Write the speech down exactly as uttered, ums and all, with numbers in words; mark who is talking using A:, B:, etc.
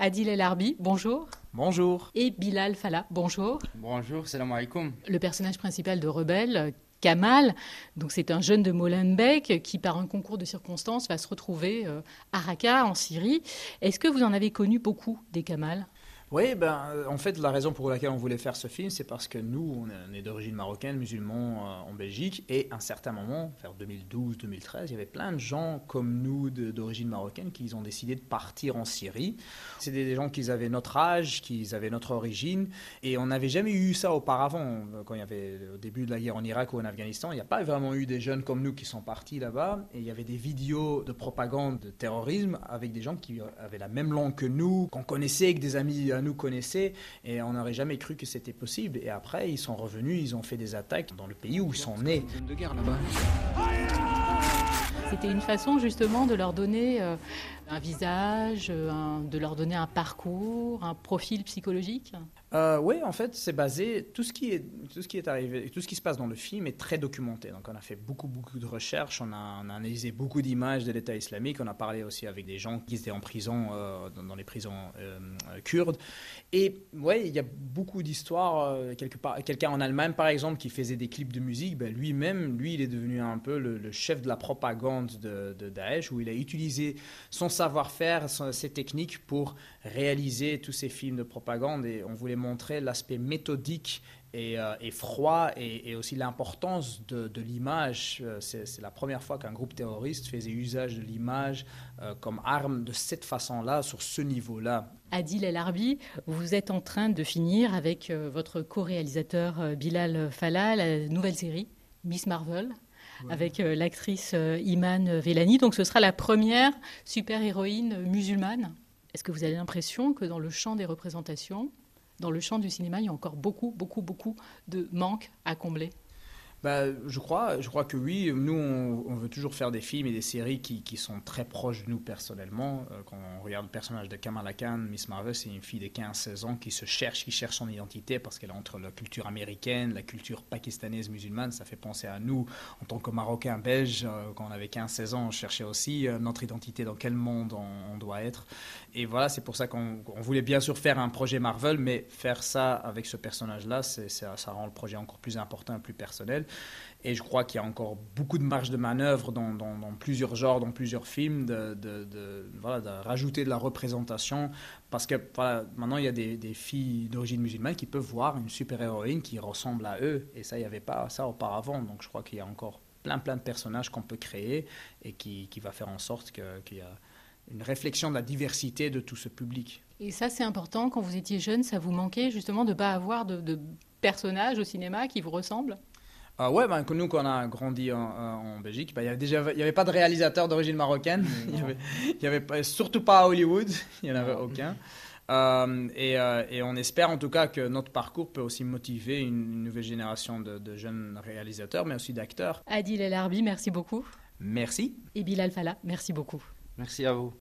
A: Adil El Arbi, bonjour.
B: Bonjour.
A: Et Bilal Fallah, bonjour.
C: Bonjour, salam alaikum.
A: Le personnage principal de Rebelle, Kamal, donc c'est un jeune de Molenbeek qui, par un concours de circonstances, va se retrouver à Raqqa, en Syrie. Est-ce que vous en avez connu beaucoup des Kamal ?
B: Oui, ben, en fait, la raison pour laquelle on voulait faire ce film, c'est parce que nous, on est d'origine marocaine, musulmans euh, en Belgique, et à un certain moment, vers deux mille douze deux mille treize, il y avait plein de gens comme nous de- d'origine marocaine qui ont décidé de partir en Syrie. C'était des gens qui avaient notre âge, qui avaient notre origine, et on n'avait jamais eu ça auparavant. Quand il y avait au début de la guerre en Irak ou en Afghanistan, il n'y a pas vraiment eu des jeunes comme nous qui sont partis là-bas, et il y avait des vidéos de propagande de terrorisme avec des gens qui avaient la même langue que nous, qu'on connaissait, que des amis à nous connaissaient, et on n'aurait jamais cru que c'était possible. Et après, ils sont revenus, ils ont fait des attaques dans le pays où ils sont nés.
C: Zone de guerre là-bas.
A: C'était une façon justement de leur donner euh, un visage, euh, un- de leur donner un parcours, un profil psychologique.
B: Euh, oui, en fait, c'est basé. Tout ce qui est tout ce qui est arrivé, tout ce qui se passe dans le film est très documenté. Donc, on a fait beaucoup beaucoup de recherches, on a, on a analysé beaucoup d'images de l'État islamique, on a parlé aussi avec des gens qui étaient en prison euh, dans, dans les prisons euh, euh, kurdes. Et ouais, il y a beaucoup d'histoires. euh, quelque part, quelqu'un en Allemagne, par exemple, qui faisait des clips de musique, ben, lui-même, lui, il est devenu un peu le, le chef de la propagande de, de Daesh, où il a utilisé son savoir-faire, son- ses techniques pour réaliser tous ces films de propagande. Et on voulait montrer l'aspect méthodique et, euh, et froid, et, et aussi l'importance de, de l'image. Euh, C'est, c'est la première fois qu'un groupe terroriste faisait usage de l'image euh, comme arme de cette façon-là, sur ce niveau-là.
A: Adil El Arbi, vous êtes en train de finir avec euh, votre co-réalisateur euh, Bilal Fallah la nouvelle série Miss Marvel, avec euh, l'actrice euh, Iman Vellani. Donc ce sera la première super-héroïne musulmane. Est-ce que vous avez l'impression que dans le champ des représentations, dans le champ du cinéma, il y a encore beaucoup, beaucoup, beaucoup de manques à combler ?
B: Bah, je crois, je crois que oui. Nous, on, on veut toujours faire des films et des séries qui, qui sont très proches de nous personnellement. Euh, quand on regarde le personnage de Kamala Khan, Miss Marvel, c'est une fille de quinze seize ans qui se cherche, qui cherche son identité parce qu'elle est entre la culture américaine, la culture pakistanaise musulmane. Ça fait penser à nous, en tant que Marocains belges, euh, quand on avait quinze seize ans, on cherchait aussi euh, notre identité, dans quel monde on, on doit être. Et voilà, c'est pour ça qu'on on voulait bien sûr faire un projet Marvel, mais faire ça avec ce personnage-là, c'est, ça, ça rend le projet encore plus important et plus personnel. Et je crois qu'il y a encore beaucoup de marge de manœuvre dans, dans, dans plusieurs genres, dans plusieurs films, de, de, de, voilà, de rajouter de la représentation. Parce que voilà, maintenant, il y a des, des filles d'origine musulmane qui peuvent voir une super-héroïne qui ressemble à eux. Et ça, il n'y avait pas ça auparavant. Donc je crois qu'il y a encore plein, plein de personnages qu'on peut créer et qui, qui va faire en sorte que, qu'il y a une réflexion de la diversité de tout ce public.
A: Et ça, c'est important. Quand vous étiez jeune, ça vous manquait justement de ne pas avoir de, de personnages au cinéma qui vous ressemblent ?
B: Euh, ouais, ben, que nous, quand on a grandi en, en Belgique, ben, il y avait déjà, il y avait pas de réalisateur d'origine marocaine. Il y avait, il y avait pas, surtout pas à Hollywood. Il n'y en avait aucun. Euh, et, euh, et on espère en tout cas que notre parcours peut aussi motiver une, une nouvelle génération de, de jeunes réalisateurs, mais aussi d'acteurs.
A: Adil El Arbi, merci beaucoup.
B: Merci.
A: Et Bilal Fallah, merci beaucoup.
C: Merci à vous.